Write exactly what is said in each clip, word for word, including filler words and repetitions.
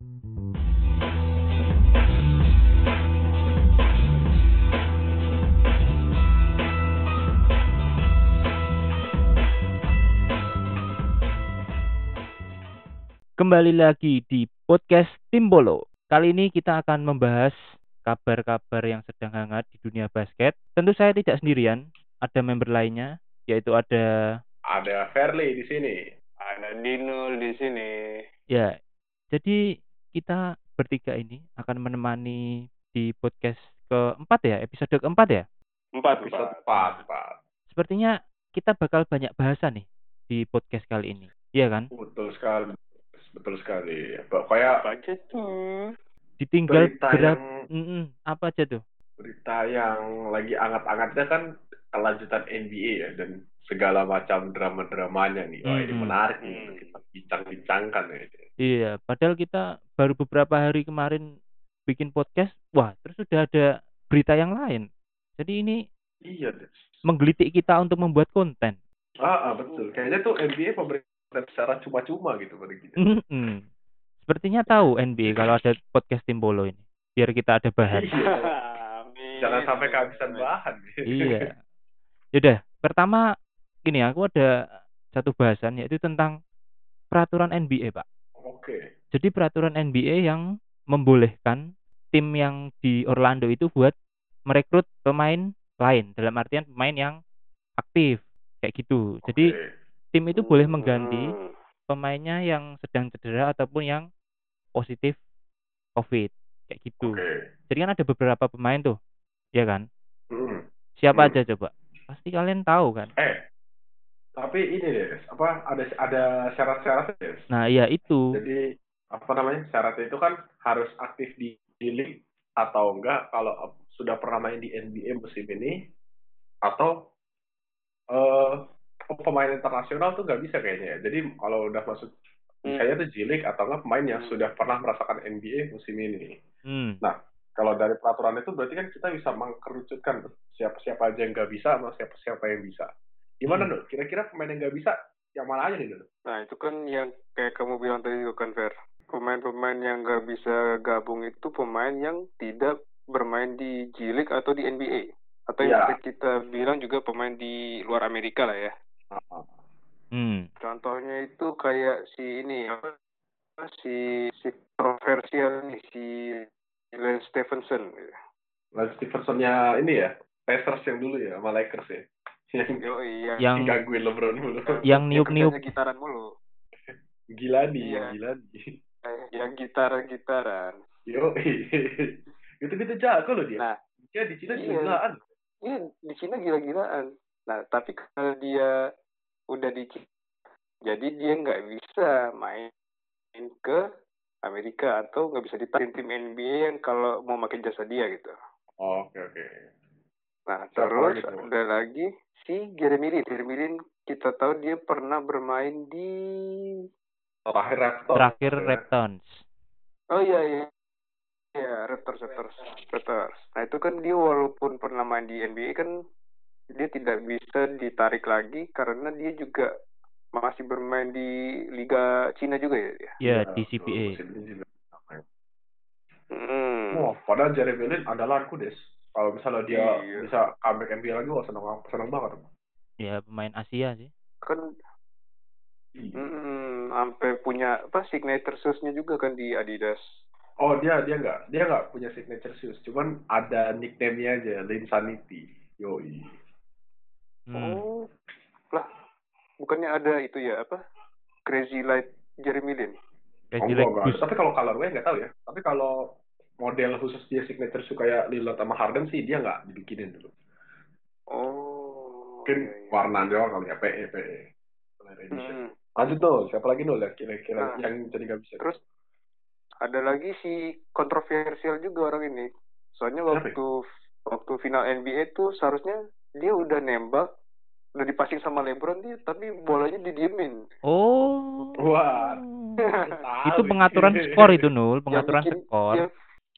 Kembali lagi di podcast Timbolo. Kali ini kita akan membahas kabar-kabar yang sedang hangat di dunia basket. Tentu saya tidak sendirian, ada member lainnya, yaitu ada Ada Fairly di sini. Ada Dino di sini. ya. Jadi kita bertiga ini akan menemani di podcast keempat ya, episode keempat ya. Empat, Episode empat. empat, Pak. Sepertinya kita bakal banyak bahasan nih di podcast kali ini, iya kan? Betul sekali. Betul sekali. Pokoknya Apa aja tuh? Ditinggal berita berat, yang Mm-mm, apa aja tuh? berita yang lagi anget-angetnya kan kelanjutan N B A ya, dan segala macam drama-dramanya nih. Wah, ini Mm-mm. menarik nih Hmm. untuk kita bincang-bincangkan ya. Iya, padahal kita baru beberapa hari kemarin bikin podcast, wah terus sudah ada berita yang lain. Jadi ini Iya, Des. menggelitik kita untuk membuat konten. Ah, ah, betul. Kayaknya tuh N B A pemerintah secara cuma-cuma gitu pada kita. Mm-mm. Sepertinya tahu N B A kalau ada podcast Timbolo ini, biar kita ada bahan. Iya. Amin. Jangan sampai kehabisan bahan. Iya. Yaudah, pertama gini, aku ada satu bahasan yaitu tentang peraturan N B A, Pak. Oke. Jadi peraturan N B A yang membolehkan tim yang di Orlando itu buat merekrut pemain lain, dalam artian pemain yang aktif kayak gitu. Jadi Oke. tim itu boleh mengganti Hmm. pemainnya yang sedang cedera ataupun yang positif COVID kayak gitu. Oke. Jadi kan ada beberapa pemain tuh, ya kan? Hmm. Siapa Hmm. aja coba? Pasti kalian tahu kan? Eh, tapi ini deh, apa ada ada syarat-syarat ya? Nah, ya itu. Jadi apa namanya, syaratnya itu kan harus aktif di, di league atau enggak kalau sudah pernah main di N B A musim ini, atau eh pemain internasional tuh nggak bisa kayaknya ya. Jadi kalau udah masuk misalnya tuh G League atau enggak pemain yang Hmm. sudah pernah merasakan N B A musim ini. Hmm. Nah, kalau dari peraturan itu berarti kan kita bisa mengkerucutkan tuh siapa-siapa aja yang nggak bisa sama siapa-siapa yang bisa. Gimana Hmm. Nur? Kira-kira pemain yang nggak bisa yang mana aja nih Nur? Nah, itu kan yang kayak kamu bilang tadi juga kan, Fer. Pemain-pemain yang nggak bisa gabung itu pemain yang tidak bermain di G League atau di N B A. Atau yang Iya. kita bilang juga pemain di luar Amerika lah ya. Ah, Hmm. Contohnya itu kayak si ini apa si si kontroversial nih si Lance Stephenson. Lance Stephensonnya ini ya, Pacers yang dulu ya, sama Lakers ya. Yang Yo iya. Yang gangguin LeBron mulu. yang niup-niup. kerjanya gitaran mulu. Gila nih, Iya. gila nih. Eh, yang gitaran-gitaran. Yo, gitu-gitu jago loh dia. Nah, Dia di Cina iya. gila-gilaan. ini di Cina gila-gilaan. Nah, tapi kalau dia udah di Cina, jadi dia nggak bisa main ke Amerika atau nggak bisa ditarik tim N B A yang kalau mau pakai jasa dia gitu. Oh, oke oke. Nah, Siapa terus lagi tuh? ada lagi si Jeremy Lin. Jeremy Lin kita tahu dia pernah bermain di Terakhir Raptors. Terakhir Ya. Raptors. Oh iya iya. Ya, Raptors, Raptors, Raptors. Nah, itu kan dia walaupun pernah main di N B A kan dia tidak bisa ditarik lagi karena dia juga masih bermain di Liga Cina juga ya dia. Ya, Iya, di C B A. musim ini juga. Hmm. Wah, padahal Jeremy Lin andalanku des. Kalau misalnya dia Iya. bisa comeback N B A lagi, wah seneng, seneng banget. Ya, pemain Asia sih. Kan Iya. hmm, sampai punya apa signature shoes-nya juga kan di Adidas. Oh, dia dia nggak dia nggak punya signature shoes, cuman ada nickname-nya aja, Linsanity. Yoi. Hmm. Oh. Lah, bukannya ada itu ya apa? Crazy Light Jeremy Lin. Crazy Oh, Like enggak, Goose. tapi kalau colorway nggak tahu ya. Tapi kalau model khusus dia signature shoe kayak Lillard sama Harden sih dia nggak dibikinin dulu. Oh. Mungkin iya, iya. warna doang kali ya, P E P E. Player edition. Hmm. Lanjut tuh, siapa lagi nol ya kira-kira Nah, yang jadi nggak bisa? Terus ada lagi si kontroversial juga orang ini. Soalnya Siapa waktu waktu final N B A tuh seharusnya dia udah nembak, udah dipassing sama LeBron dia, tapi bolanya didiemin. Oh. Wah. Itu pengaturan skor itu, Nul, pengaturan bikin- skor. yang,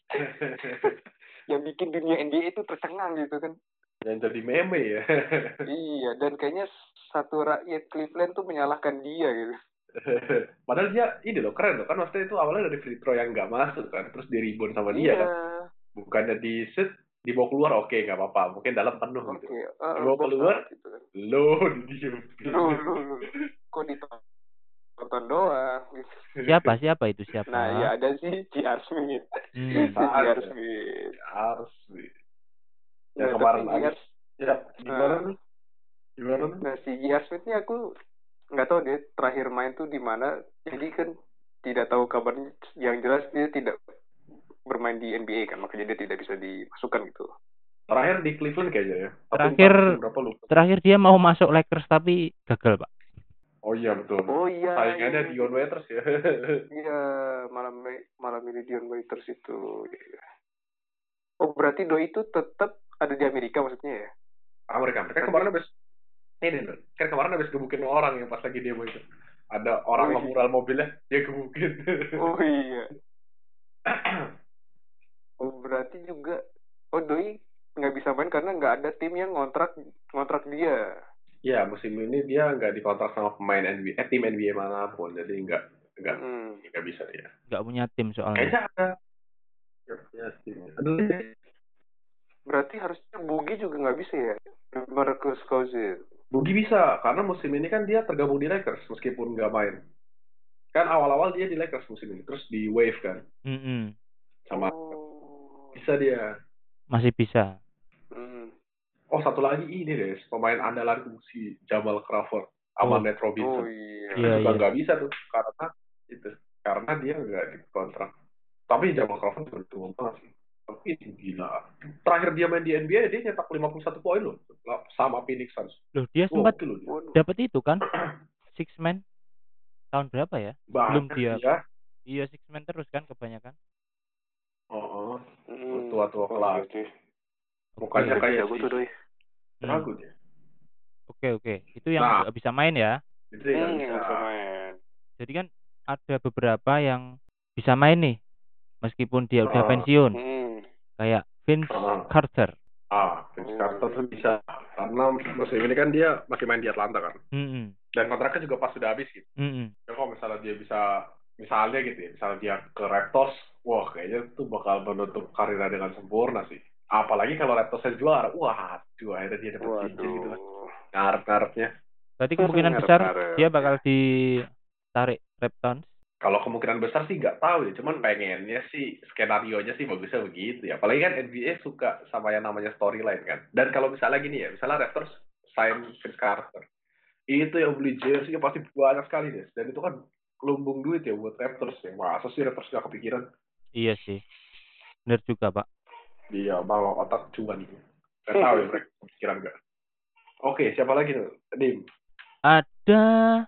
yang bikin dunia N B A itu tercengang gitu kan. Yang jadi meme ya. Iya, dan kayaknya satu rakyat Cleveland tuh menyalahkan dia gitu. Padahal dia ini loh keren loh kan, maksudnya itu awalnya dari free throw yang nggak masuk kan, terus di rebound sama dia Iya. kan, bukannya di shoot dibawa keluar, oke nggak apa-apa, mungkin dalam penuh gitu, Oke, uh, dibawa box keluar out gitu kan. lo diem. Lu, lu, lu. Kok ditonton doang gitu. Siapa siapa itu siapa? Nah, ya ada sih J R. Smith. Hmm. J R. Smith. Harus ya Nah, kemarin tapi J R. lagi ya gimana Nah, nih gimana nih nah si J R. Smith ini aku nggak tahu dia terakhir main tuh di mana. Jadi kan tidak tahu kabarnya. Yang jelas dia tidak bermain di N B A kan, makanya dia tidak bisa dimasukkan gitu. terakhir di Cleveland kayaknya ya. Tapi Terakhir entah musim berapa lupa. terakhir dia mau masuk Lakers tapi gagal, Pak. Oh iya betul. Oh iya. Saingannya iya. Dion Waiters ya. Iya, malam malam ini Dion Waiters itu. Oh berarti Doi itu tetap ada di Amerika maksudnya ya? Amerika. Mereka kemarin habis ini loh. Kan kemarin habis gebukin orang yang pas lagi demo itu. Ada orang Oh, iya. ngemural mobilnya, dia gebukin. Oh iya. Oh berarti juga. Oh Doi nggak bisa main karena nggak ada tim yang ngontrak ngontrak dia. Ya musim ini dia nggak dikontrak sama pemain N B A, eh, tim N B A manapun, jadi nggak nggak Hmm. nggak bisa dia. Nggak punya tim soalnya. Kayaknya ada. Nggak punya tim. Aduh. Berarti harusnya Bugi juga nggak bisa ya? Marcus Cousins. Bugi bisa, karena musim ini kan dia tergabung di Lakers meskipun nggak main. Kan awal-awal dia di Lakers musim ini, terus di Wave kan, Mm-mm. sama Oh. bisa dia. Masih bisa. Hmm. Oh satu lagi ini deh, pemain andalanku si Jamal Crawford sama Oh. Nate Oh Robinson. iya. Itu Iya, juga iya. nggak bisa tuh, karena itu karena dia nggak dikontrak. Tapi Jamal Crawford juga tua banget sih. Tapi itu gila. Terakhir dia main di N B A dia nyetak lima puluh satu poin loh, sama Phoenix Suns. Loh, dia Wow, sempat itu loh dia. Waduh. dapat itu kan? Six man tahun berapa ya? Belum Banyak dia. dia. Iya, six man terus kan kebanyakan. Oh, oh. Hmm. Tua-tua Oh, kelas. iya, Mukanya Oke, kayak jago si tuh Doi. Hmm. Ragu dia. Oke, oke. Itu yang Nah. nggak bisa main ya. Itu dia nggak Hmm, bisa. yang bisa main. Jadi kan ada beberapa yang bisa main nih meskipun dia udah Ah. pensiun. Hmm. Kayak Vince Ah. Carter. Ah, Vince Oh, Carter iya. tuh bisa. Karena musim ini kan dia masih main di Atlanta kan. Mm-mm. Dan kontraknya juga pas sudah habis gitu. Mm-mm. Ya kalau misalnya dia bisa, misalnya gitu ya, misalnya dia ke Raptors, wah kayaknya tuh bakal menutup karirnya dengan sempurna sih. Apalagi kalau Raptorsnya juara, wah, aduh akhirnya dia dapat cincin gitu kan. Waduh. Ngarep-ngarepnya. Berarti kemungkinan besar Ngarep-ngarep. dia bakal ditarik Raptors. Kalau kemungkinan besar sih nggak tahu ya, cuman pengennya sih skenario-nya sih bagusnya begitu ya. Apalagi kan N B A suka sama yang namanya storyline kan. Dan kalau misalnya gini ya, misalnya Raptors sign Vince Carter, itu yang beli jersey pasti banyak sekali deh. Dan itu kan lumbung duit ya buat Raptors ya. Masa sih Raptors nggak kepikiran? Iya sih. Bener juga, Pak. Dia bawa otak cuan gitu. Nggak tahu ya mereka kepikiran nggak. Oke, siapa lagi tuh? Dim. Ada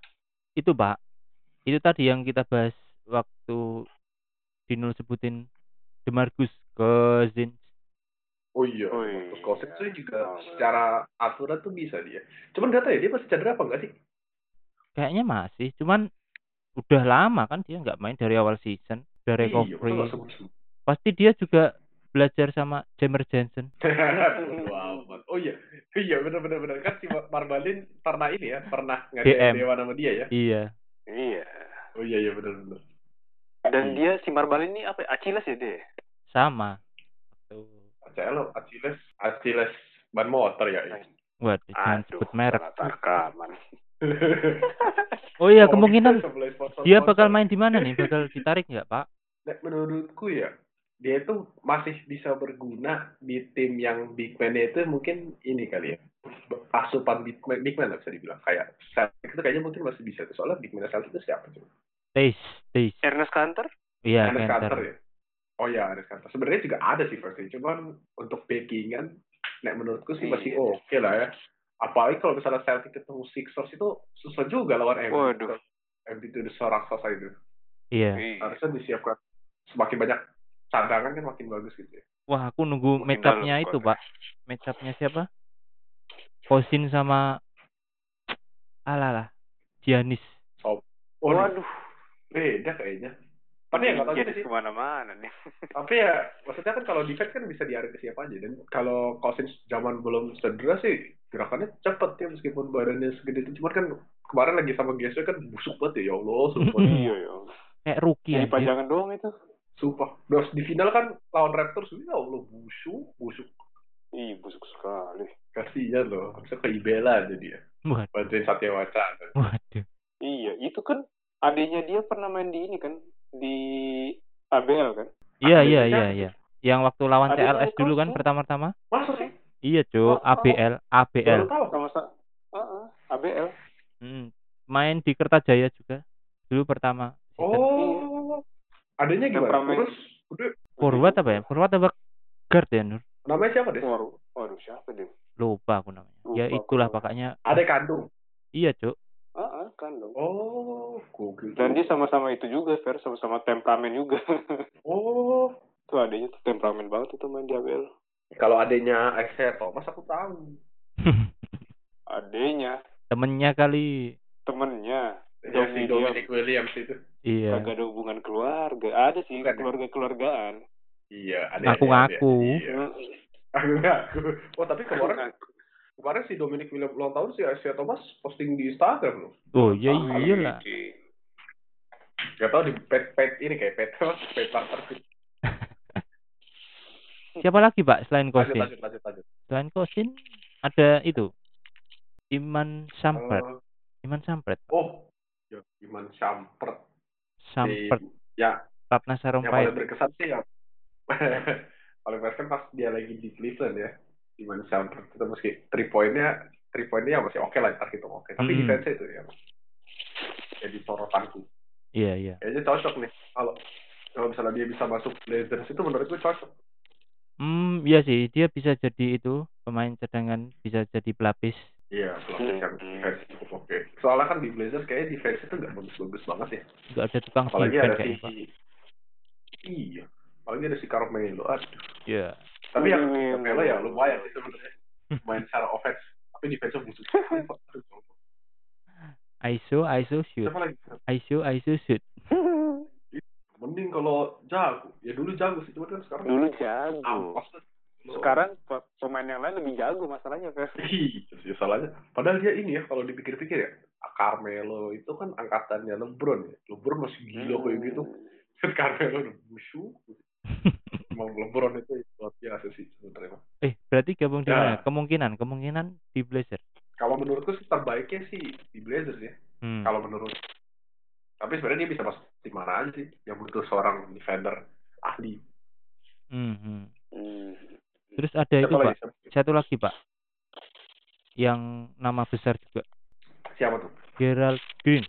itu, Pak. Itu tadi yang kita bahas waktu Dinul sebutin DeMarcus Cousins. Oh iya, Oh Marcus iya. Cousins tuh juga Oh, secara aturan tuh bisa dia. Cuman nggak tahu ya dia masih cedera apa nggak sih? Kayaknya masih, cuman udah lama kan dia nggak main dari awal season, udah Iya, recovery. betul nggak sembuh-sembuh. Pasti dia juga belajar sama Jamer Johnson. Bodo amat. Oh iya, iya benar benar benar kan si Marbalin pernah ini ya, pernah D nge-D M M. Dewa nama dia ya. Iya. Iya. Oh iya iya benar benar. Dan dia si Marbalin ini apa? Achilles ya dia? Sama. Tuh. Acelo, Achilles, Achilles ban motor ya. ya. Waduh, jangan Aduh, sebut merek. salah rekaman. Oh iya, Oh, kemungkinan kita sebelah sponsor- dia sponsor. bakal main di mana nih? Bakal ditarik nggak, Pak? Nah, menurutku ya, dia itu masih bisa berguna di tim yang big man itu mungkin ini kali ya. Asupan big man, big man lah bisa dibilang. Kayak Celtic itu kayaknya mungkin masih bisa. Soalnya big man Celtic itu siapa coba? Taste, taste. Ernest Kanter? Iya, Ernest Kanter. Kanter ya. Oh ya, Ernest Kanter. Sebenarnya juga ada sih pasti. Cuman untuk backingan, nek menurutku sih masih Iya. oke lah ya. Apalagi kalau misalnya Celtic ketemu Sixers itu susah juga lawan M. Waduh. M itu udah raksasa itu. Iya. Harusnya disiapkan semakin banyak cadangan kan makin bagus gitu ya. Wah, aku nunggu Makin match-up-nya dalam, itu, Pak. Pak. Match-up-nya siapa? Cousins sama alalah Giannis. So, oh, Waduh. beda kayaknya. Tapi ya nggak tahu juga Jadi sih. kemana-mana nih. Tapi ya maksudnya kan kalau defense kan bisa diarik ke siapa aja. Dan kalau Cousins zaman belum cedera sih gerakannya cepet ya meskipun badannya segede itu. Cuman kan kemarin lagi sama G S W kan busuk banget ya, ya Allah, sumpah. Iya ya. Kayak rookie Jadi anjir. pajangan doang itu. Sumpah. Terus di final kan lawan Raptors, ya Allah, busuk, busuk. Ih, busuk sekali. Kasihan loh, harusnya ke Ibela aja dia. Waduh. Bantuin Satya Wacana. Waduh. Iya, itu kan adiknya dia pernah main di ini kan, di A B L kan? Iya, Adiknya iya, siapa iya, tuh? iya. Yang waktu lawan C L S Adiknya dulu kan Coach, pertama-tama. Masa sih? Iya, Cuk. A B L, A B Baru L. tahu. sama-sama uh-uh, A B L. Hmm. Main di Kertajaya juga. Dulu pertama season. Oh. Adanya Yang gimana? pernah main- Terus udah Forward apa ya? Forward apa guard ya, Nur? namanya siapa deh? Waduh, waduh siapa deh? Lupa aku namanya. Lupa Ya aku itulah namanya. pokoknya. Adek kandung. Iya, Cuk. Heeh, kan dong. Oh, gokil. Dan dia sama-sama itu juga, Fer, sama-sama temperamen juga. Oh, Tuh adiknya tuh temperamen banget itu main di A B L. kalau adanya Isaiah Thomas aku tahu. Adiknya, Temennya kali. temennya. Ya, si Dominic Dominic Williams itu. Iya. Kagak ada hubungan keluarga. Ada sih Bukan ya? keluarga-keluargaan. Iya, ada Ngaku-ngaku. Iya. Aku ngaku. Oh, tapi kemarin kemarin si Dominic Williams ulang tahun si Isaiah Thomas posting di Instagram loh. Oh, ya Ah, iyalah. iya. Gak tau di pet pet ini kayak pet pet partnership. Siapa lagi, Pak, selain Lanjut, Kosin? lanjut, lanjut, lanjut. Selain Kosin ada itu. Iman Sampret. Uh, Iman Sampret. oh, ya, Iman Sampret. Sampret. Si, ya, Ratna yang Sarumpait. paling berkesan sih ya. paling berkesan pas dia lagi di Cleveland ya. Iman Sampret itu meski three point-nya three point-nya masih oke lah, ntar gitu oke. Tapi Hmm. defense itu ya. Jadi sorotanku. Iya, iya. Kayaknya cocok nih kalau kalau misalnya dia bisa masuk Blazers itu menurut gue cocok. Hmm, iya sih, dia bisa jadi itu pemain cadangan, bisa jadi pelapis. Iya, pelapis yang defense cukup oke. Soalnya kan di Blazers kayaknya defense itu nggak bagus-bagus banget ya. Nggak ada tukang Apalagi defense ada kayaknya, si Pak. iya, apalagi ada si Carmelo. Aduh. Iya. Tapi yang Iya, Carmelo ya iya. lumayan sih sebenarnya. Main secara offense, tapi defense-nya busuk. I S O, I S O shoot. Siapa lagi? I S O, I S O shoot. Mending kalau jago, ya dulu jago sih, cuma kan sekarang Dulu jago. ampas tuh. Sekarang pe- pemain yang lain lebih jago masalahnya, Fer. Ih, ya salahnya. Padahal dia ini ya, kalau dipikir-pikir ya, Carmelo itu kan angkatannya LeBron ya. LeBron masih gila kayak gitu. Kan Carmelo udah busuk. Emang LeBron itu luar biasa sih sebenarnya. Eh, berarti gabung di Ya. mana? Kemungkinan, kemungkinan di Blazers. Kalau menurutku sih terbaiknya sih di Blazers ya. Hmm. Kalau menurut. Tapi sebenarnya dia bisa masuk di mana aja sih. Yang butuh seorang defender ahli. Hmm, hmm. Hmm. Terus ada itu, Siapa Pak. lagi? Siapa? Satu lagi, Pak. Yang nama besar juga. Siapa tuh? Gerald Green.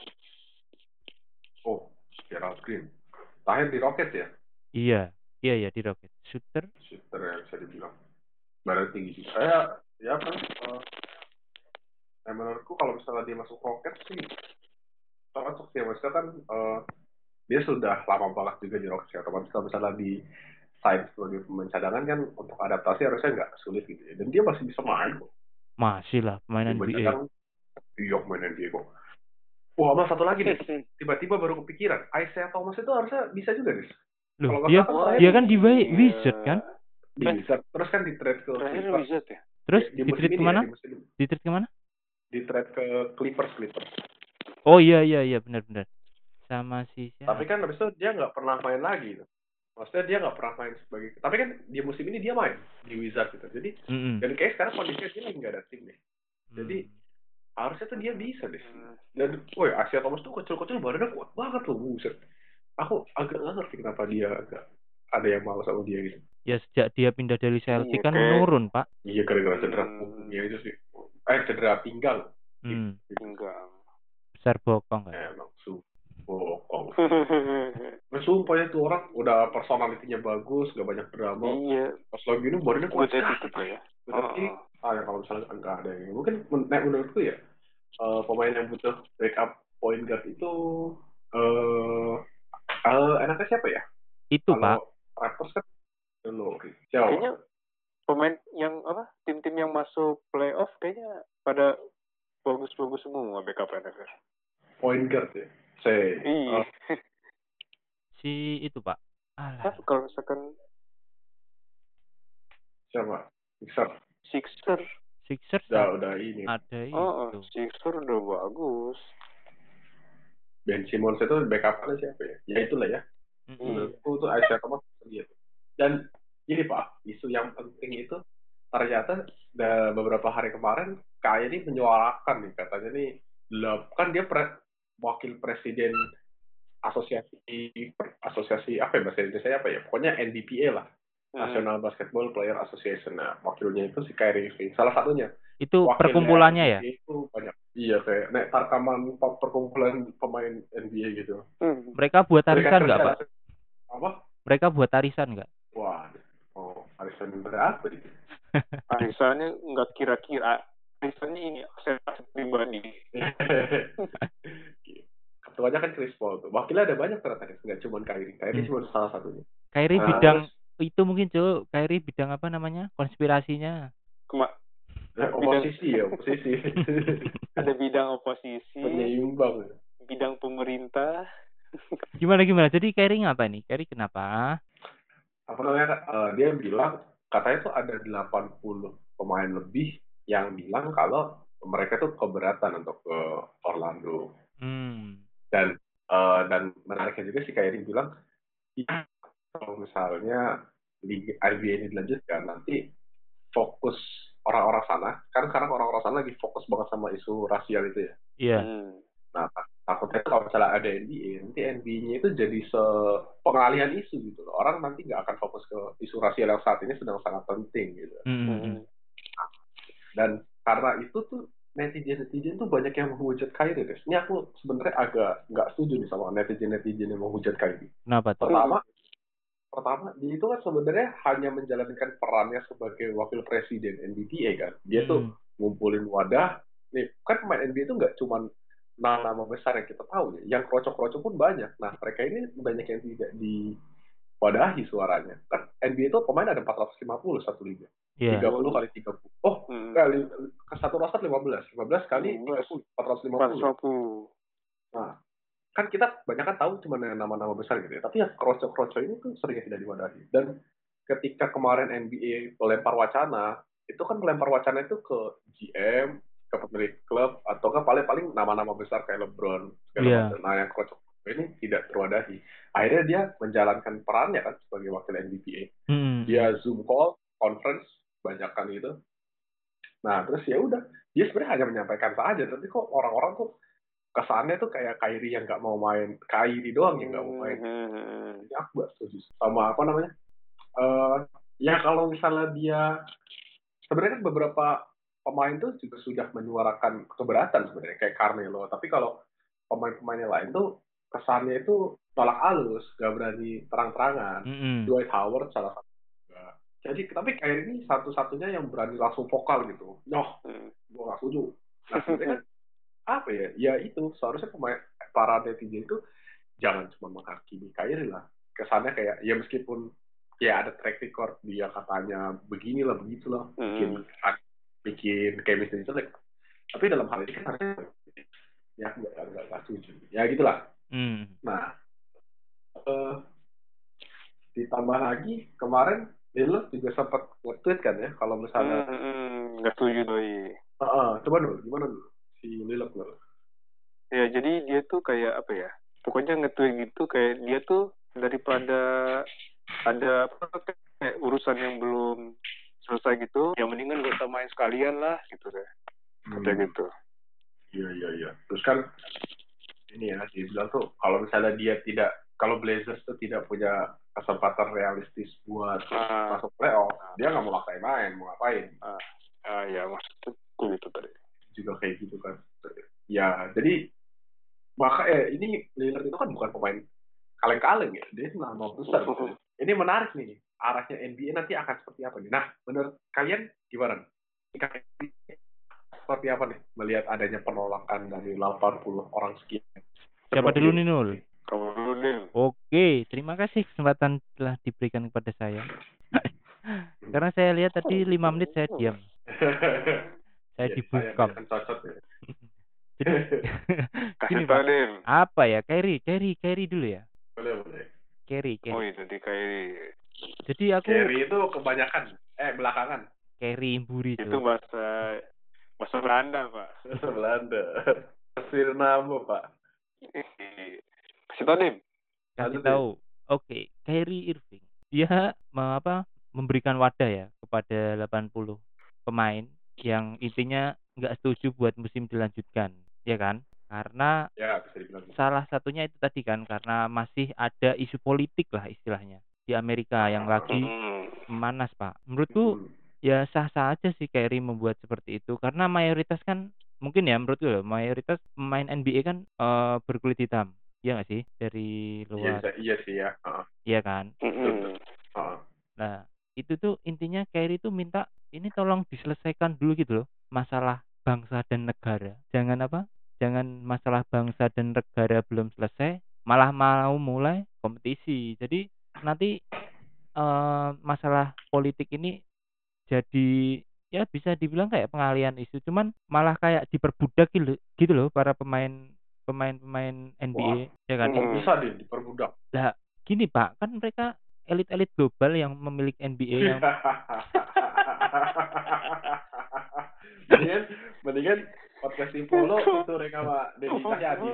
Oh, Gerald Green. Terakhir di Rockets ya. Iya, iya ya di Rocket. Shooter. Shooter yang bisa dibilang. Badan tinggi sih. Saya, ya apa? Uh, ya menurutku kalau misalnya dia masuk Rockets sih, cocok sih. Maksudnya kan uh, dia sudah lama banget juga di Rockets ya. Otomatis kalau misalnya di sign sebagai pemain cadangan kan untuk adaptasi harusnya nggak sulit gitu ya. Dan dia masih bisa main kok. Masih lah pemain N B A. Cadangan, iya main N B A kok. Wah, sama satu lagi nih. Tiba-tiba baru kepikiran. Isaiah Thomas itu harusnya bisa juga nih. Loh, Kalau nggak dia, salah kan dia kan di Iya. Wizard kan? Di Wizard. Terus kan di trade ke Terakhir Clippers. Wizard ya? Terus Di di musim trade ini kemana? ya, di musim ini. Di trade kemana? Di trade ke Clippers Clippers. Oh iya iya iya benar-benar. Sama si siapa? Tapi kan habis itu dia nggak pernah main lagi. Maksudnya dia nggak pernah main sebagai. Tapi kan di musim ini dia main di Wizard gitu. Jadi Mm-mm. dan kayak sekarang kondisinya dia lagi nggak ada tim deh. Jadi Hmm. harusnya tuh dia bisa deh. Dan, woi, Isaiah Thomas tuh kecil-kecil badannya kuat banget loh, buset. Aku agak nggak ngerti kenapa dia agak ada yang mau sama dia gitu. Ya sejak dia pindah dari Celtic Iya, kan kayak- menurun, Pak. Iya gara-gara cedera Hmm. punggungnya itu sih. Eh cedera pinggang. Hmm. Enggak. Besar bokong kan. Emang su bokong. Nah, sumpah ya tuh orang udah personalitinya bagus, gak banyak drama. Iya. Pas lagi ini badannya kuat Good sekali. attitude lah ya. Tapi Oh. ah, ya kalau misalnya nggak ada yang mungkin men- nah, menurutku ya eh, pemain yang butuh backup point guard itu eh eh, enaknya siapa ya? Itu, Pak. Kalau Raptors kan dulu siapa? Kayaknya pemain yang apa? Tim-tim yang masuk playoff kayaknya pada bagus-bagus semua backup N F L. Point guard ya. Say. Iya. eh, Si itu, Pak. Alah. Tapi kalau misalkan siapa? Sixer. Sixer, Sixers udah udah ini. ada Oh, itu. Sixers udah bagus. Ben Simmons itu backupnya siapa ya? Ya itulah ya. Mm-mm. Menurutku tuh Isaiah Thomas gitu. Dan ini Pak, isu yang penting itu ternyata da- beberapa hari kemarin kayak ini menyuarakan nih katanya nih, lah, kan dia pre- wakil presiden asosiasi asosiasi apa ya bahasa Indonesia apa ya? Pokoknya N B P A lah. Hmm. National Basketball Player Association. Nah, wakilnya itu si Kyrie Irving. Salah satunya. Itu Wakilnya perkumpulannya N B A ya? Itu banyak. Iya kayak nek tarkaman per- perkumpulan pemain N B A gitu. Hmm. Mereka buat Mereka arisan nggak, kerja- Pak? Apa? Mereka buat arisan nggak? Wah, oh, arisan berapa itu? Arisannya nggak kira-kira. Arisannya ini aset pribadi. Ketuanya kan Chris Paul tuh. Wakilnya ada banyak ternyata, nggak cuma Kyrie. Kyrie Hmm. cuma salah satunya. Kyrie Nah, bidang itu mungkin, Cuk. Kyrie bidang apa namanya? Konspirasinya. Kema- Eh, oposisi ya, oposisi. ada bidang oposisi, Penyeimbang. bidang pemerintah. Gimana gimana? Jadi Kyrie ngapa nih? Kyrie kenapa? Apa namanya? eh, dia bilang katanya tuh ada delapan puluh pemain lebih yang bilang kalau mereka tuh keberatan untuk ke Orlando. Hmm. Dan eh, dan menariknya juga si Kyrie bilang, ya, kalau misalnya Liga I B A ini dilanjutkan, nanti fokus orang-orang sana, kan sekarang orang-orang sana lagi fokus banget sama isu rasial itu ya. Iya. Hmm. Nah, takutnya tuh kalau misalnya ada N B A, nanti N B A-nya itu jadi se pengalihan isu gitu loh. Orang nanti nggak akan fokus ke isu rasial yang saat ini sedang sangat penting gitu. Hmm. Hmm. Dan karena itu tuh netizen-netizen tuh banyak yang menghujat Kyrie, guys. Ini aku sebenarnya agak nggak setuju nih sama netizen-netizen yang menghujat Kyrie. Kenapa tuh? Pertama, pertama dia itu kan sebenarnya hanya menjalankan perannya sebagai wakil presiden N B A kan. Dia tuh Hmm. ngumpulin wadah. Nih, kan pemain N B A itu nggak cuma nama besar yang kita tahu ya. Yang krocok-krocok pun banyak. Nah, mereka ini banyak yang tidak diwadahi suaranya. Kan N B A itu pemain ada empat ratus lima puluh satu liga. Iya. tiga puluh kali tiga puluh. Oh, Hmm. kali ke satu roster lima belas. lima belas kali tiga puluh, empat ratus lima puluh. empat ratus lima puluh. Nah, kan kita banyak kan tahu cuma nama-nama besar gitu ya. Tapi yang krocok-krocok ini tuh sering tidak diwadahi. Dan ketika kemarin N B A melempar wacana, itu kan melempar wacana itu ke G M, ke pemilik klub, atau kan paling-paling nama-nama besar kayak LeBron, segala Iya. macam. Nah, yang krocok ini tidak terwadahi. Akhirnya dia menjalankan perannya kan sebagai wakil N B A. Hmm. Dia Zoom call, conference, banyak kan gitu. Nah, terus ya udah, dia sebenarnya hanya menyampaikan saja, tapi kok orang-orang tuh kesannya tuh kayak Kyrie yang nggak mau main, Kyrie doang yang nggak mau main. Hmm. Jadi aku nggak setuju sama apa namanya. Eh ya kalau misalnya dia sebenarnya kan beberapa pemain tuh juga sudah menyuarakan keberatan sebenarnya kayak Carmelo. Tapi kalau pemain-pemain yang lain tuh kesannya itu tolak halus, nggak berani terang-terangan. Hmm. Dwight Howard salah satu. Jadi tapi Kyrie ini satu-satunya yang berani langsung vokal gitu. Nyoh, Hmm. gue nggak setuju. Nah sebenarnya kan apa ya? Ya itu seharusnya pemain para netizen itu jangan cuma menghakimi Kyrie lah. Kesannya kayak ya meskipun ya ada track record dia katanya beginilah begitulah bikin Hmm. bikin chemistry jelek. Tapi dalam hal ini kan harusnya ya nggak nggak nggak setuju. Ya gitulah. Hmm. Nah eh, ditambah lagi kemarin Lillard juga sempat nge-tweet kan ya kalau misalnya Hmm. Nggak setuju doi. uh, coba dulu gimana dulu si Lillard dulu. Ya jadi dia tuh kayak apa ya? Pokoknya nge-tweet gitu kayak dia tuh daripada ada apa kayak urusan yang belum selesai gitu, ya mendingan gak usah main sekalian lah gitu deh. Kayak Hmm. gitu. Iya iya iya. Terus kan ini ya dia bilang tuh kalau misalnya dia tidak kalau Blazers tuh tidak punya kesempatan realistis buat Ah, masuk playoff, dia nggak mau maksain main, mau ngapain? ah, ah ya maksudnya gitu tadi. Juga kayak gitu kan. Ya jadi maka eh, ini Lillard itu kan bukan pemain kaleng-kaleng ya, dia itu nama besar. Gitu. Ini menarik nih arahnya N B A nanti akan seperti apa nih? Nah menurut kalian gimana? Seperti apa nih melihat adanya penolakan dari delapan puluh orang sekian? Siapa dulu nih, Nul? Kamu dulu deh. Oke, terima kasih kesempatan telah diberikan kepada saya. Karena saya lihat tadi lima menit saya diam. Saya Ya, dibungkam. saya cocok ya. Jadi Kasih gini, tau Pak. deh. Apa ya? Kyrie, Kyrie, Kyrie dulu ya. Boleh boleh. Kyrie, Oh Kyrie. itu di kayak Jadi aku Kyrie itu kebanyakan, eh belakangan. Kyrie Mburi Itu tuh. bahasa bahasa Belanda, Pak. Bahasa Belanda. Hasil nama, Pak. Kasih tau, Dim. Kasih Lanjut, tahu. Oke, Kyrie Irving. Dia me- apa memberikan wadah ya kepada delapan puluh pemain yang intinya nggak setuju buat musim dilanjutkan, ya kan? Karena Ya, bisa dibilang gitu. salah satunya itu tadi kan karena masih ada isu politik lah istilahnya di Amerika yang lagi Mm. memanas, Pak. Menurutku Hmm. ya sah-sah aja sih Kyrie membuat seperti itu karena mayoritas kan mungkin ya menurutku loh mayoritas pemain N B A kan eh, berkulit hitam. Iya nggak sih dari Iya, luar, bisa, iya sih ya. Heeh. iya kan? Betul, betul. Mm-mm. Heeh. Nah, itu tuh intinya Kyrie tuh minta ini tolong diselesaikan dulu gitu loh, masalah bangsa dan negara. Jangan apa? Jangan masalah bangsa dan negara belum selesai, malah mau mulai kompetisi. Jadi nanti eh, masalah politik ini jadi ya bisa dibilang kayak pengalian isu, cuman malah kayak diperbudak gitu, gitu loh para pemain pemain-pemain N B A, Wah, ya kan? kok Mm. bisa deh diperbudak? Lah, gini Pak, kan mereka elit-elit global yang memiliki N B A yang mendingan, mendingan podcast Timpolo itu mereka Pak Deddy Cahyadi.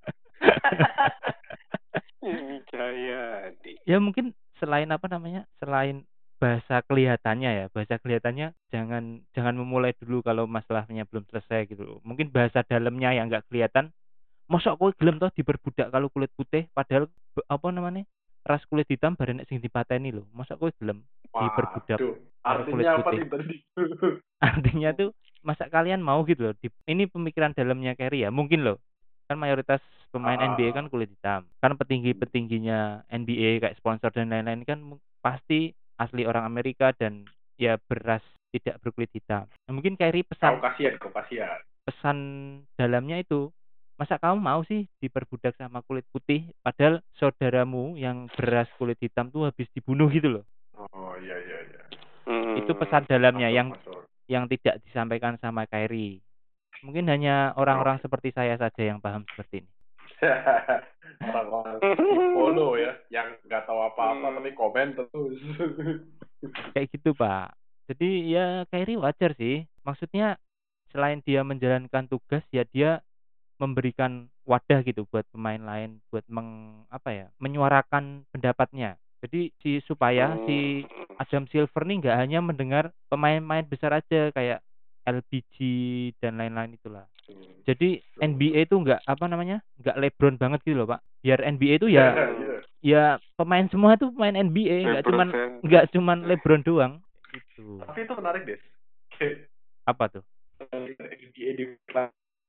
Ini Cahyadi. ya mungkin selain apa namanya? Selain bahasa kelihatannya ya, bahasa kelihatannya jangan jangan memulai dulu kalau masalahnya belum selesai gitu loh. Mungkin bahasa dalamnya yang nggak kelihatan. Mosok kowe gelem toh diperbudak kalau kulit putih padahal be- apa namanya? Ras kulit hitam bareng nek sing dipateni lho. Mosok kowe gelem diperbudak Waduh, karo kulit artinya apa putih. nih tadi? Artinya tuh masa kalian mau gitu loh. Di- ini pemikiran dalamnya Kerry ya. Mungkin loh. Kan mayoritas pemain N B A kan Ah, kulit hitam. Kan petinggi-petingginya N B A kayak sponsor dan lain-lain kan mu- pasti asli orang Amerika dan ya beras tidak berkulit hitam. Nah, mungkin Kyrie kau pesan kasihan, kau kasihan. pesan dalamnya itu, masa kamu mau sih diperbudak sama kulit putih padahal saudaramu yang beras kulit hitam tuh habis dibunuh gitu loh. Oh iya iya iya. Itu Mm. pesan dalamnya Masuk yang masuk. yang tidak disampaikan sama Kyrie. Mungkin hanya orang-orang seperti saya saja yang paham seperti ini. Orang-orang Timpolo ya, yang nggak tahu apa-apa tapi komen terus. Kayak gitu, Pak. Jadi ya Kyrie wajar sih. Maksudnya selain dia menjalankan tugas ya dia memberikan wadah gitu buat pemain lain buat meng apa ya, menyuarakan pendapatnya. Jadi si supaya si Adam Silver nih nggak hanya mendengar pemain-pemain besar aja kayak L B G dan lain-lain itulah. Jadi N B A itu nggak apa namanya nggak LeBron banget gitu loh Pak. Biar N B A itu ya Iya. ya pemain semua tuh pemain N B A nggak cuman nggak cuman LeBron doang. Itu Tapi itu menarik deh. apa tuh? N B A di kelas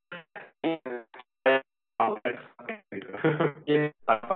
gitu. Iya, tanpa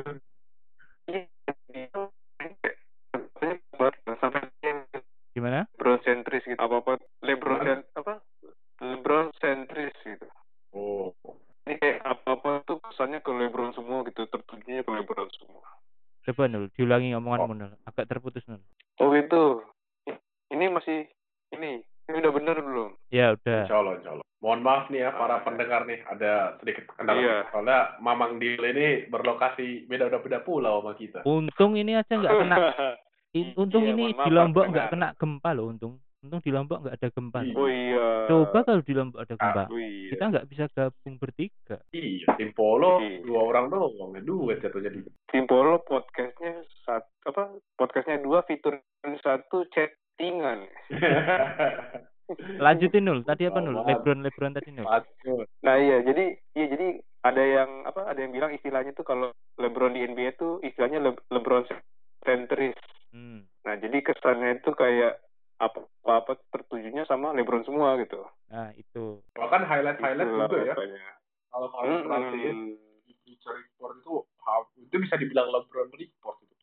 Sampai Gimana? LeBron sentris gitu. Apa-apa LeBron sen apa? LeBron sentris gitu. Oh. Ini kayak apa-apa tuh kesannya ke LeBron semua gitu, tertujunya ke LeBron semua. Coba Nul, diulangi omonganmu Oh. Nul. Agak terputus Nul. Oh gitu. Ini masih ini. Ini udah bener belum? Ya udah. Insya Allah, insya Allah. Mohon maaf nih ya para pendengar nih, ada sedikit kendala. Iya. Soalnya Mamang Dil ini berlokasi beda-beda pulau sama kita. Untung ini aja nggak kena. in- untung Iya, ini mohon maaf, di Pak Lombok pendengar. nggak kena gempa loh. Untung. Untung di Lombok nggak ada gempa. Iya. Loh. Oh iya. Coba kalau di Lombok ada gempa, Oh iya. kita nggak bisa gabung bertiga. Iya, tim polo Iya. dua orang doang, ya duet jatuh jadi. Tim Polo podcastnya satu apa? Podcastnya dua, fitur satu, chattingan. Lanjutin Nul. Tadi apa Nul? Aman. Lebron Lebron tadi Nul. Lanjut. Nah iya, jadi iya jadi ada yang apa? Ada yang bilang istilahnya tuh kalau LeBron di N B A tuh istilahnya Le- LeBron centris. Hmm. Nah jadi kesannya itu kayak apa-apa tertujunya sama LeBron semua gitu. Nah itu. Bahkan highlight-highlight Itulah juga ya. makanya. Kalau kalian perhatiin di Bleacher Report itu ha- itu bisa dibilang LeBron Report itu.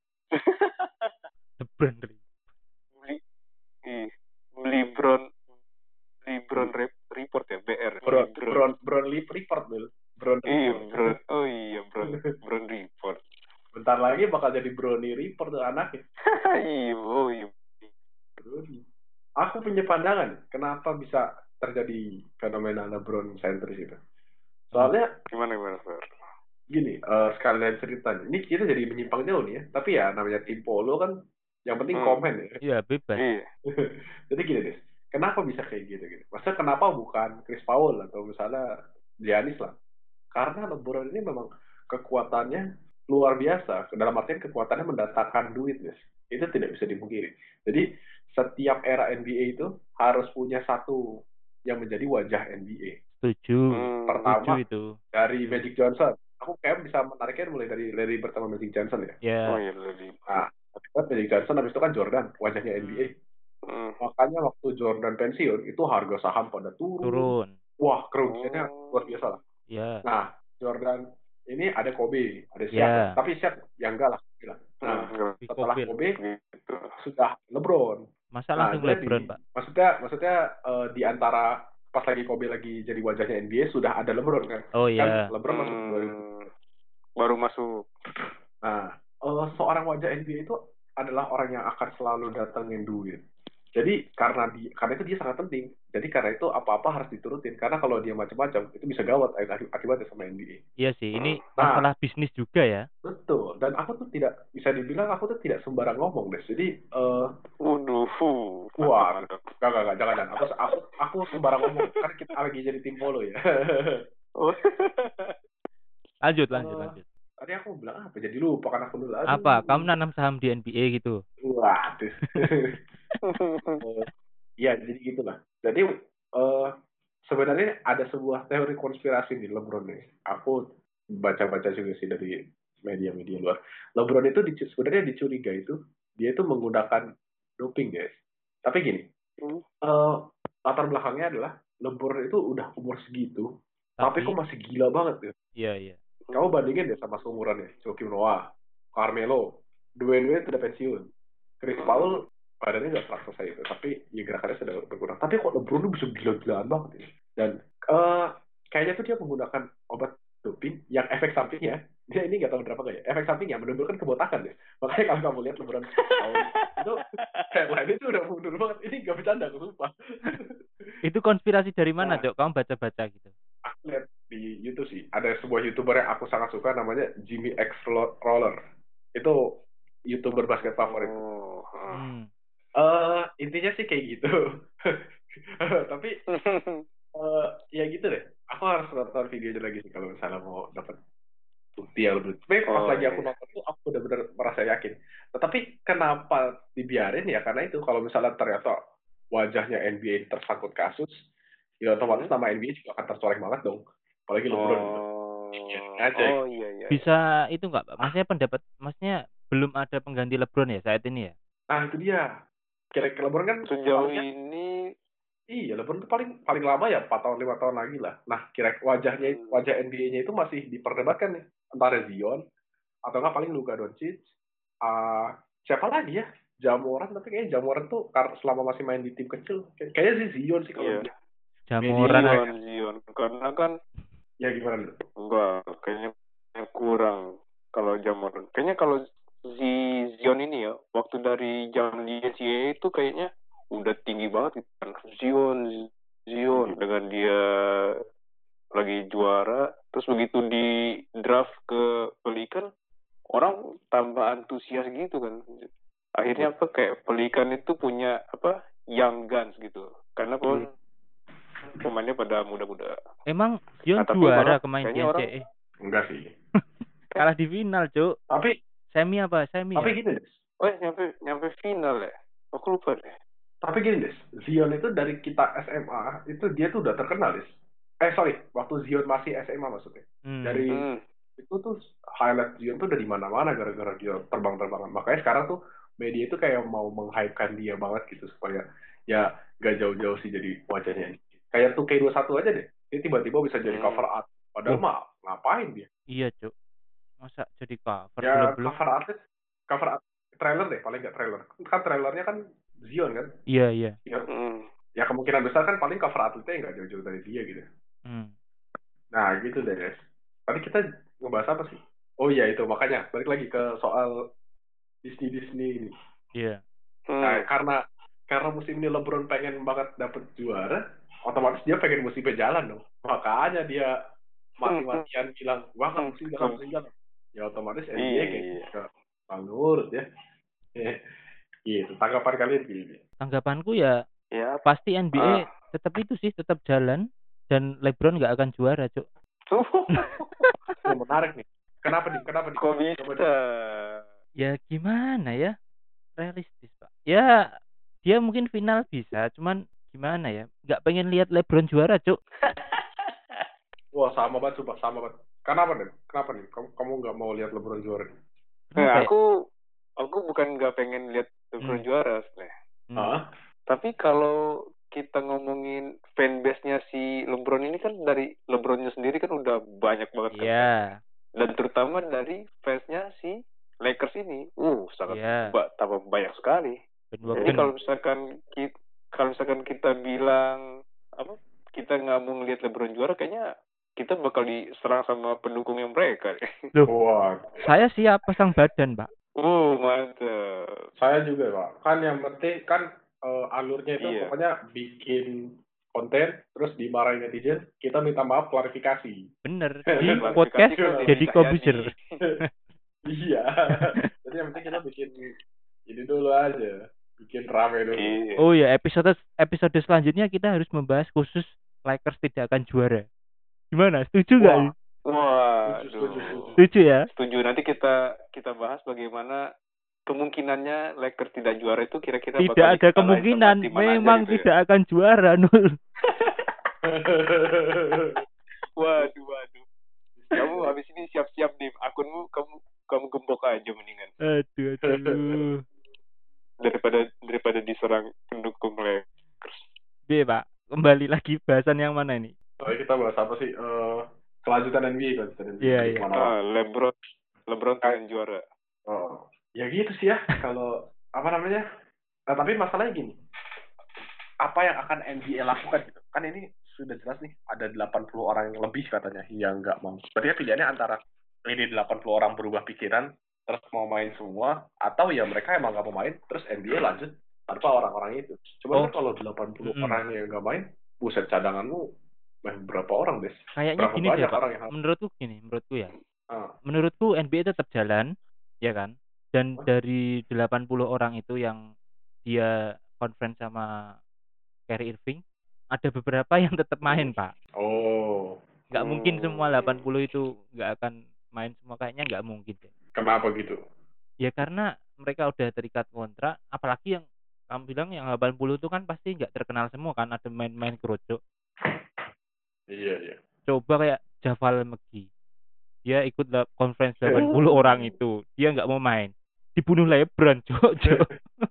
Lebron. Beli, ih, LeBron, LeBron Rep- Report ya, B R. Bron, LeBron. Bron, Bron Lip Report Bill. Bron Iya, Report. Bron. Oh iya, Bron. Bron Report. Bentar lagi bakal jadi Brony Report tuh anaknya. Iya, oh iya. Brony. Aku punya pandangan kenapa bisa terjadi fenomena LeBron sentris itu. Soalnya Gimana gimana, Fer? gini, eh sekalian cerita nih. Ini kita jadi menyimpang jauh nih ya. Tapi ya namanya tim polo kan Yang penting Hmm. komen ya. Iya, bebas. Iya. Jadi gini deh, kenapa bisa kayak gitu gitu? Maksudnya kenapa bukan Chris Paul atau misalnya Giannis lah? Karena LeBron ini memang kekuatannya luar biasa. Dalam artian kekuatannya mendatangkan duit, guys. Itu tidak bisa dipungkiri. Jadi setiap era N B A itu harus punya satu yang menjadi wajah N B A. Setuju. Hmm. Setuju Pertama itu. dari Setuju. Magic Johnson. Aku kayak bisa menariknya mulai dari Larry Bird sama Magic Johnson ya. Ya. Oh iya lebih. Nah, kan Magic Johnson habis itu kan Jordan, wajahnya N B A. Hmm. Makanya waktu Jordan pensiun, itu harga saham pada turun. Turun. Wah, kerugiannya Oh. luar biasa lah. Ya. Nah, Jordan ini ada Kobe, ada Shaq, Ya. tapi Shaq yang enggak lah. Gila. Nah, Hmm. Di setelah Kobe. Kobe Gitu. sudah LeBron. Masa Nah, langsung jadi LeBron, Pak? maksudnya maksudnya eh, di antara pas lagi Kobe lagi jadi wajahnya N B A sudah ada LeBron kan? Oh Kan iya. LeBron masuk dua ribu. Hmm. Baru masuk. Nah, eh, seorang wajah N B A itu adalah orang yang akan selalu datengin duit. Jadi karena di karena itu dia sangat penting. Jadi karena itu apa-apa harus diturutin. Karena kalau dia macam-macam itu bisa gawat ak- akibatnya sama N B A. Iya sih, ini Nah. masalah bisnis juga ya. Betul. Dan aku tuh tidak bisa dibilang aku tuh tidak sembarang ngomong deh. Jadi eh Waduh. wah, Mantap, mantap. gak gak gak jangan jangan. Aku aku aku sembarang ngomong. Kan kita lagi jadi tim polo ya. Oh. Lanjut, lanjut, Eh, lanjut. Tadi aku bilang apa? Jadi lupa kan aku dulu. Aduh. Apa? Kamu nanam saham di N B A gitu? Waduh. Eh, Iya, jadi gitulah. Jadi eh sebenarnya ada sebuah teori konspirasi nih LeBron nih. Aku baca-baca juga sih dari media-media luar. LeBron itu dicu- sebenarnya dicuriga itu dia itu menggunakan doping, guys. Tapi gini, Hmm. eh latar belakangnya adalah LeBron itu udah umur segitu, tapi, Tapi, kok masih gila banget ya. iya, iya. Kamu bandingin deh sama seumurannya, Joakim Noah, Carmelo, Dwayne Wade sudah pensiun, Chris Paul badannya nggak seratus saya itu, tapi ya gerakannya sudah berkurang. Tapi kok LeBron tuh bisa gila-gilaan banget ya. Dan eh kayaknya tuh dia menggunakan obat doping yang efek sampingnya, dia ini nggak tahu berapa kayak efek sampingnya menimbulkan kebotakan deh. Makanya kalau kamu lihat LeBron tahun itu kayak lain itu udah mundur banget. Ini nggak bercanda, aku sumpah. Itu konspirasi dari mana, Nah. Cok? Kamu baca-baca gitu? Aku lihat di YouTube sih, ada sebuah YouTuber yang aku sangat suka namanya Jimmy X Roller. Itu YouTuber basket favorit. Oh. Hmm. Eh intinya sih kayak gitu. Tapi eh ya gitu deh. Aku harus nonton videonya lagi sih kalau misalnya mau dapat bukti yang lebih. Tapi pas Oh, lagi iya. aku nonton itu aku benar-benar merasa yakin. Tetapi kenapa dibiarin ya? Karena itu kalau misalnya ternyata wajahnya N B A tersangkut kasus, ya otomatis nama N B A juga akan tercoreng banget dong. Apalagi LeBron. Oh. Aja. Oh iya iya. Bisa itu nggak, Pak? Maksudnya pendapat, maksudnya belum ada pengganti LeBron ya saat ini ya? Nah itu dia. Kira-kira LeBron kan Sejauh palingnya- ini iya LeBron tuh paling paling lama ya empat tahun lima tahun lagi lah. Nah kira wajahnya Hmm. wajah N B A-nya itu masih diperdebatkan nih, antara Zion atau nggak paling Luka Doncic. Uh, siapa lagi ya? Jamoran, tapi kayaknya Jamoran tuh kar- selama masih main di tim kecil kayak- kayaknya sih Zion sih kalau Iya. dia. Jamoran Media- Zion, Zion. Karena kan Ya gimana dulu? enggak, kayaknya kurang kalau Jamoran. Kayaknya kalau si Zion ini ya, waktu dari zaman di N C A A itu kayaknya udah tinggi banget gitu kan. Zion, Zion dengan dia lagi juara, terus begitu di draft ke Pelikan, orang tambah antusias gitu kan. Akhirnya apa kayak Pelikan itu punya apa young guns gitu. Karena pun pemainnya pada muda-muda. Emang Zion Nah, tapi juara malah kemarin di kayaknya N C A A? orang- Enggak sih. Kalah di final, Cuk. Tapi Semi apa? Semi tapi ya? gini deh. Oh nyampe nyampe final ya? Aku lupa deh. Tapi gini deh, Zion itu dari kita S M A itu dia tuh udah terkenal deh. Eh sorry, waktu Zion masih S M A maksudnya. Hmm. Dari Hmm. itu tuh highlight Zion tuh udah di mana-mana gara-gara dia terbang-terbangan. Makanya sekarang tuh media itu kayak mau meng-hype-kan dia banget gitu supaya ya gak jauh-jauh sih jadi wajahnya. Kayak tuh K dua puluh satu aja deh. Dia tiba-tiba bisa jadi Hmm. cover art. Padahal Oh. mah ngapain dia? Iya, Cuk. Masa jadi cover Ya belum-belum? cover art cover art trailer deh paling nggak trailer. Kan trailernya kan Zion kan. Iya, iya. Ya, Hmm. ya kemungkinan besar kan paling cover artnya nggak jauh-jauh dari dia gitu. Hmm. Nah gitu deh guys. Tadi kita ngebahas apa sih? Oh iya itu makanya balik lagi ke soal Disney Disney ini. Iya. Hmm. Nah, karena karena musim ini LeBron pengen banget dapet juara, otomatis dia pengen musimnya jalan dong. Makanya dia mati-matian bilang, wah kan musim jalan musim jalan. Ya otomatis N B A kayak Iya. gitu. Bang nurut ya. tanggapan kalian gini? Tanggapanku ya Ya, pasti N B A ah. tetap itu sih, tetap jalan dan LeBron nggak akan juara, Cuk. Tuh. Oh, menarik nih. Kenapa nih? Kenapa nih? Kok Coba bisa? nih. Ya gimana ya? Realistis, Pak. Ya dia mungkin final bisa, cuman gimana ya? Nggak pengen lihat LeBron juara, Cuk. Wah, sama banget, sumpah, sama banget. Kenapa nih? Kenapa nih? Kamu kamu nggak mau lihat LeBron juara nih? Nah, Kenapa ya? aku aku bukan nggak pengen lihat LeBron Hmm. juara sebenarnya. Hmm. Hah? Tapi kalau kita ngomongin fanbase-nya si LeBron ini kan dari LeBronnya sendiri kan udah banyak banget kan. Iya. Dan terutama dari fansnya si Lakers ini, uh sangat Iya. ba- tambah banyak sekali. Ben Jadi Wagen. kalau misalkan kita, kalau misalkan kita bilang apa, kita nggak mau ngeliat LeBron juara, kayaknya kita bakal diserang sama pendukungnya mereka. Loh, Wah, saya siap pasang badan, Pak. Uh mantap. saya juga, Pak. Kan yang penting kan eh, alurnya itu Iya. pokoknya bikin konten, terus dimarahin netizen, kita minta maaf klarifikasi. Bener. Di Klarifikasi podcast kok jadi Deddy kobuser. Cahyadi. Iya. Jadi yang penting kita bikin ini dulu aja. Bikin rame dulu. Iya. Oh ya, episode episode selanjutnya kita harus membahas khusus Lakers tidak akan juara. Gimana? Setuju nggak? Wah. Wah, Setuju, setuju, aduh. setuju. Setuju ya? Setuju. Nanti kita kita bahas bagaimana kemungkinannya Lakers tidak juara itu kira-kira Tidak bakal ada dikalahin kemungkinan, sama tim mana aja memang gitu ya. tidak akan juara, Nul. Waduh, waduh. Kamu habis ini siap-siap nih, akunmu kamu kamu gembok aja mendingan Aduh, aduh. daripada daripada diserang pendukung Lakers. B, Pak. Kembali lagi bahasan yang mana ini? Oh, kita bahas apa sih? Eh, kelanjutan N B A, kelanjutan N B A. Iya, iya. Kemana, Pak? Ah, LeBron LeBron pengen juara. Oh, ya gitu sih ya. Kalau apa namanya? Nah, tapi masalahnya gini. Apa yang akan N B A lakukan gitu? Kan ini sudah jelas nih ada delapan puluh orang yang lebih katanya yang nggak mau. Berarti pilihannya antara ini delapan puluh orang berubah pikiran terus mau main semua, atau ya mereka emang nggak mau main terus N B A lanjut tanpa orang-orang itu. Coba Oh. kan kalau delapan puluh Mm-mm. orang yang nggak main, buset cadanganmu main berapa orang, Des? Kayaknya Berapa gini deh, banyak Pak. orang yang Menurutku gini, menurutku ya. ah. Menurutku N B A tetap jalan, ya kan? Dan Hah? dari delapan puluh orang itu yang dia conference sama Kyrie Irving, ada beberapa yang tetap main, Pak. Oh, Nggak Hmm. mungkin semua delapan puluh itu nggak akan main semua, kayaknya nggak mungkin deh. kenapa gitu? Ya karena mereka udah terikat kontrak, apalagi yang kamu bilang yang delapan puluh itu kan pasti nggak terkenal semua kan, ada main-main kerucuk. Iya, iya. Coba kayak Javal McGee, dia ikut la- conference delapan puluh orang itu, dia nggak mau main, dibunuh LeBron, cok, cok.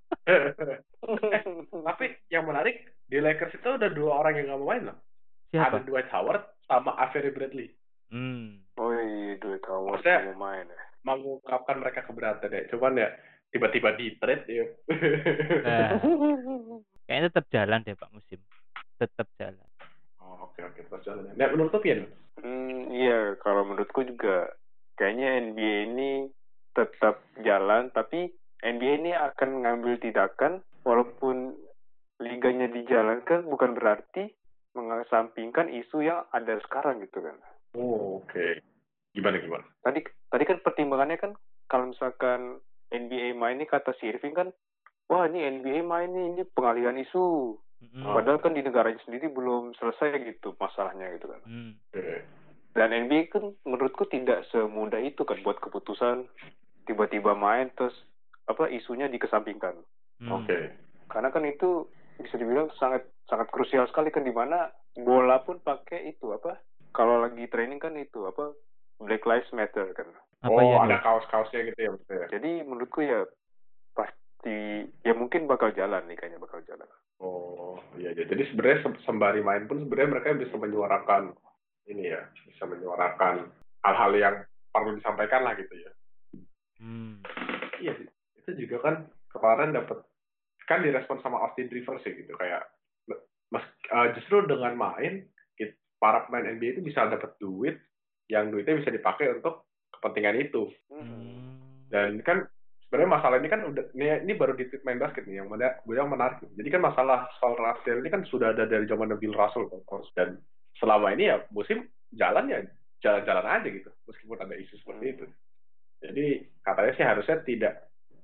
Tapi yang menarik di Lakers itu ada dua orang yang nggak mau main loh. Siapa? Ada Dwight Howard sama Avery Bradley. Hmm. Oh iya, duit kamu Maksudnya- mau main ya. Mengungkapkan mereka keberatan ya. Cuman ya tiba-tiba di trade ya. Nah, kayaknya tetap jalan deh Pak musim, tetap jalan. Oh, oke oke terus jalan. Nah, menurut tuh Pian? Hmm, iya, kalau menurutku juga kayaknya N B A ini tetap jalan, tapi N B A ini akan mengambil tindakan walaupun liganya dijalankan bukan berarti mengesampingkan isu yang ada sekarang gitu kan. Oh, oke. Gimana gimana? Tadi tadi kan pertimbangannya kan kalau misalkan N B A main ini kata si Irving kan, wah ini N B A main nih, ini pengalihan isu. Mm-mm. Oh. Padahal kan di negaranya sendiri belum selesai gitu masalahnya gitu kan. Hmm. Oke. Dan N B A kan menurutku tidak semudah itu kan buat keputusan tiba-tiba main terus apa isunya dikesampingkan. Hmm. Oke. Karena kan itu bisa dibilang sangat sangat krusial sekali kan, di mana bola pun pakai itu apa? Kalau lagi training kan itu apa? Black Lives Matter kan. Apa Oh, ya? ada Nur? kaos-kaosnya gitu ya maksudnya. Jadi menurutku ya pasti ya mungkin bakal jalan nih, kayaknya bakal jalan. Oh, iya iya. Jadi sebenarnya se- sembari main pun sebenarnya mereka bisa menyuarakan ini ya, bisa menyuarakan hal-hal yang perlu disampaikan lah gitu ya. Hmm. Iya sih. Itu juga kan kemarin dapat kan direspon sama Austin Rivers ya gitu kayak mas, uh, justru dengan main it, para pemain N B A itu bisa dapat duit yang duitnya bisa dipakai untuk kepentingan itu. Hmm. Dan kan sebenarnya masalah ini kan udah ini, ini baru di main basket nih yang mana gue yang menarik. Jadi kan masalah soal rasial ini kan sudah ada dari zaman Bill Russell kan. Dan selama ini ya musim jalan ya jalan-jalan aja gitu meskipun ada isu seperti itu. Jadi katanya sih harusnya tidak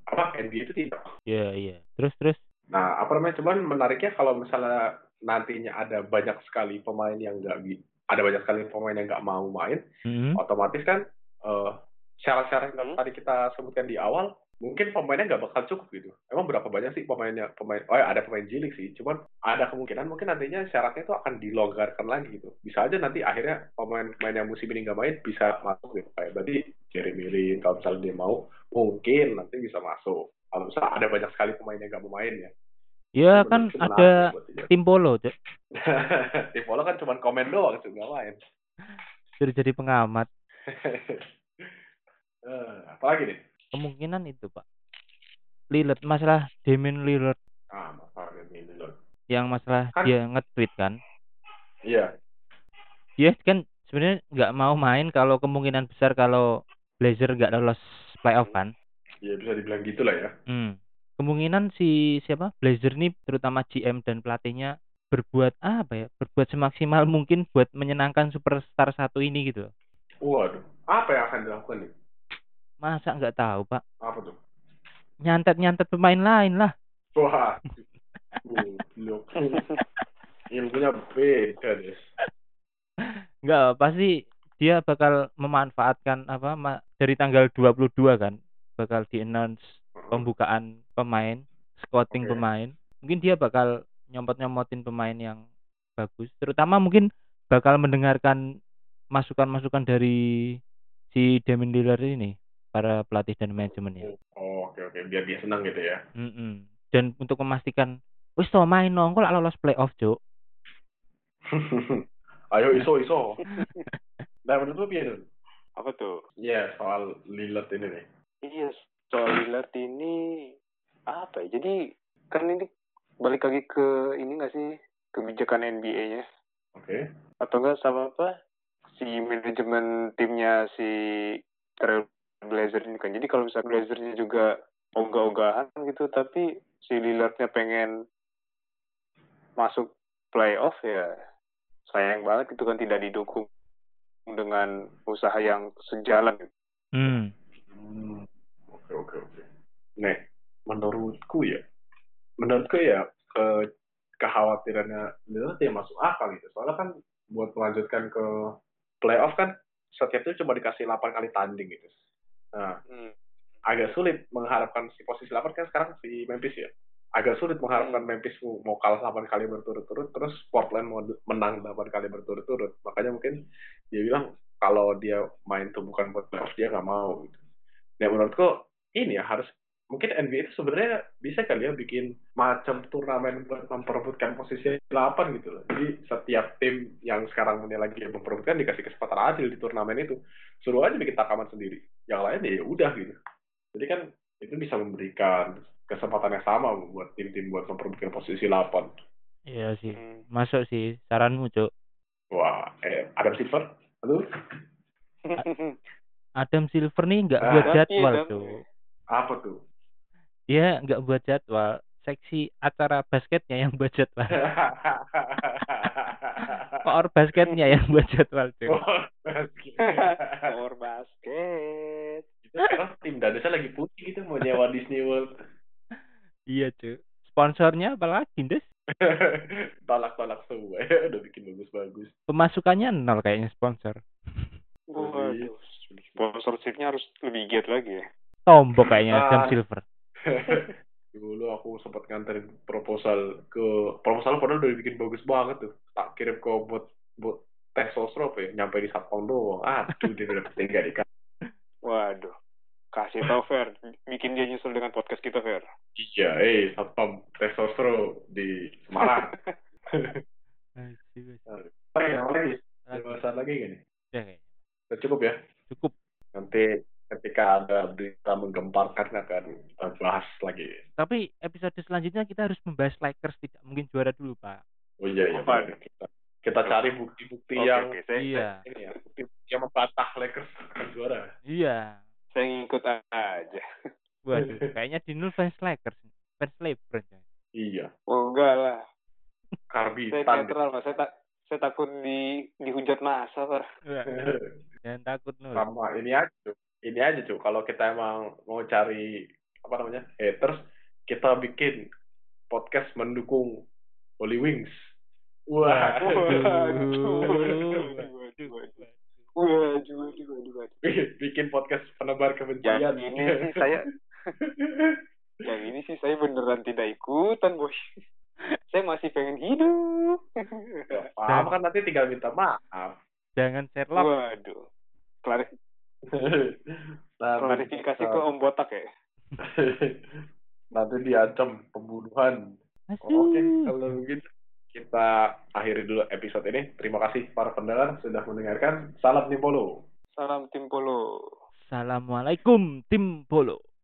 apa N B A itu tidak. Iya, iya. Terus terus. Nah, apa namanya? Cuman menariknya kalau misalnya nantinya ada banyak sekali pemain yang nggak bi- ada banyak sekali pemain yang nggak mau main, Hmm. otomatis kan eh, syarat-syarat yang Hmm. tadi kita sebutkan di awal, mungkin pemainnya nggak bakal cukup gitu. Emang berapa banyak sih pemainnya? Pemain, oh ya, ada pemain J League sih. Cuman ada kemungkinan mungkin nantinya syaratnya itu akan dilonggarkan lagi gitu. Bisa aja nanti akhirnya pemain-pemain yang musim ini nggak main bisa masuk gitu. Kayak berarti Jeremy Lin kalau misalnya dia mau, mungkin nanti bisa masuk. Kalau misalnya ada banyak sekali pemain yang nggak mau main ya. Ya Itu kan menurutku menarik ada buat dia. tim polo, Cuk. Tim bola kan cuma komen doang sih nggak main. Sudah jadi pengamat. Eh, apalagi nih? Kemungkinan itu, Pak. Lillard, masalah Damian Lillard Ah, masalah ini loh. yang masalah Kan? dia nge-tweet kan. Iya. Dia kan sebenarnya nggak mau main kalau kemungkinan besar kalau Blazer nggak lolos playoff kan. Iya bisa dibilang gitu lah ya. Hmm. Kemungkinan si siapa Blazer nih terutama G M dan pelatihnya berbuat apa ya? Berbuat semaksimal mungkin buat menyenangkan superstar satu ini gitu. Waduh, apa yang akan dilakukan nih? Masa nggak tahu, Pak? Apa tuh? Nyantet-nyantet pemain lain lah. Wah, goblok. Ilmunya beda deh. Nggak, pasti dia bakal memanfaatkan apa ma- dari tanggal dua puluh dua kan bakal di-announce pembukaan pemain, scouting Oke. pemain. Mungkin dia bakal nyomot-nyomotin pemain yang bagus, terutama mungkin bakal mendengarkan masukan-masukan dari si Damian Lillard ini, para pelatih dan manajemennya. Oh, oke oke, biar dia senang gitu ya. Mm-mm. Dan untuk memastikan wis to main nong kok lak lolos playoff, Cuk. Ayo iso iso. Nah menurut lu piye, Dun? Apa tuh? Iya, soal Lillard ini nih. Iya, soal Lillard ini apa ya? Jadi kan ini balik lagi ke ini nggak sih kebijakan N B A-nya? Oke. Atau enggak sama apa? Si manajemen timnya si Trail Blazer ini kan. Jadi kalau misalnya Blazernya juga ogah-ogahan gitu, tapi si Lillardnya pengen masuk playoff ya sayang banget itu kan tidak didukung dengan usaha yang sejalan. Hmm. Hmm, oke oke oke. Nih, menurutku ya, menurutku ya ke kekhawatirannya Lillard ya masuk akal gitu. Soalnya kan buat melanjutkan ke playoff kan setiap itu cuma dikasih delapan kali tanding gitu. Nah, Hmm. agak sulit mengharapkan si posisi delapan kan sekarang si Memphis ya. Agak sulit mengharapkan Hmm. Memphis mau kalah delapan kali berturut-turut terus Portland mau menang delapan kali berturut-turut. Makanya mungkin dia bilang kalau dia main tuh bukan buat playoff dia nggak mau gitu. Ya menurutku ini ya harus mungkin N B A itu sebenarnya bisa kali ya bikin macam turnamen buat memperebutkan posisi delapan gitu loh. Jadi setiap tim yang sekarang ini lagi memperebutkan dikasih kesempatan adil di turnamen itu. Suruh aja bikin takaman sendiri. Yang lain ya udah gitu. Jadi kan itu bisa memberikan kesempatan yang sama buat tim-tim buat memperebutkan posisi delapan. Iya sih. Hmm. Masuk sih saranmu, Cuk. Wah, eh Adam Silver? Aduh. Adam Silver nih nggak Ah, buat tapi jadwal, dong. Cuk. Apa tuh? Dia nggak buat jadwal. Seksi acara basketnya yang buat jadwal. Koor basketnya yang buat jadwal, Cuk. Oh, basket. Power basket. Itu sekarang tim dadasnya lagi putih gitu mau nyewa Disney World. Iya, Cuk. Sponsornya apalagi, Des? Tolak-tolak semua ya, udah bikin bagus-bagus. Pemasukannya nol kayaknya sponsor. Waduh, sponsorshipnya harus lebih giat lagi ya. Tombok kayaknya Ah. Adam Silver. Dulu aku sempat nganterin proposal ke proposal padahal udah dibikin bagus banget tuh. Tak kirim ke bot bot tes sosro ya, nyampe di Satpam doang. Aduh, dia udah dapetin gak dikasih. Waduh, kasih tau Fer, bikin dia nyusul dengan podcast kita Fer. Iya, eh Satpam tes sosro di Semarang. Oke, apa lagi? Ada masalah lagi gak nih? Ya, kayaknya. Udah cukup ya? Cukup. Nanti ketika ada berita menggemparkan akan kita bahas lagi. Tapi episode selanjutnya kita harus membahas Lakers, tidak mungkin juara dulu, Pak. Oh iya iya. Apa? benar. Kita, kita cari bukti-bukti Oke, yang oke, saya, Iya. ini ya, bukti yang membantah Lakers akan juara. Iya. saya ngikut aja. Waduh, kayaknya di nul fans Lakers, fans LeBron. ya. Iya. Oh enggak lah, saya Karbitan. netral mas, saya tak saya takut di dihujat masa Fer. Jangan takut nul. Sama ini aja tuh. Ini aja tuh. Kalau kita emang mau cari apa namanya haters, kita bikin podcast mendukung Holy Wings. Wah, bikin podcast penebar kebencian. Yang ini sih saya, yang ini sih saya beneran tidak ikutan, bos. Saya masih pengen hidup. Paham kan, nanti tinggal minta maaf. Jangan Sherlock. Waduh. Klarif klarifikasi ke Om Botak ya. Nanti diancam pembunuhan. Oke, kalau begitu kita akhiri dulu episode ini. Terima kasih para pendengar sudah mendengarkan. Salam Tim Polo. Salam Tim Polo. Assalamualaikum Tim Polo.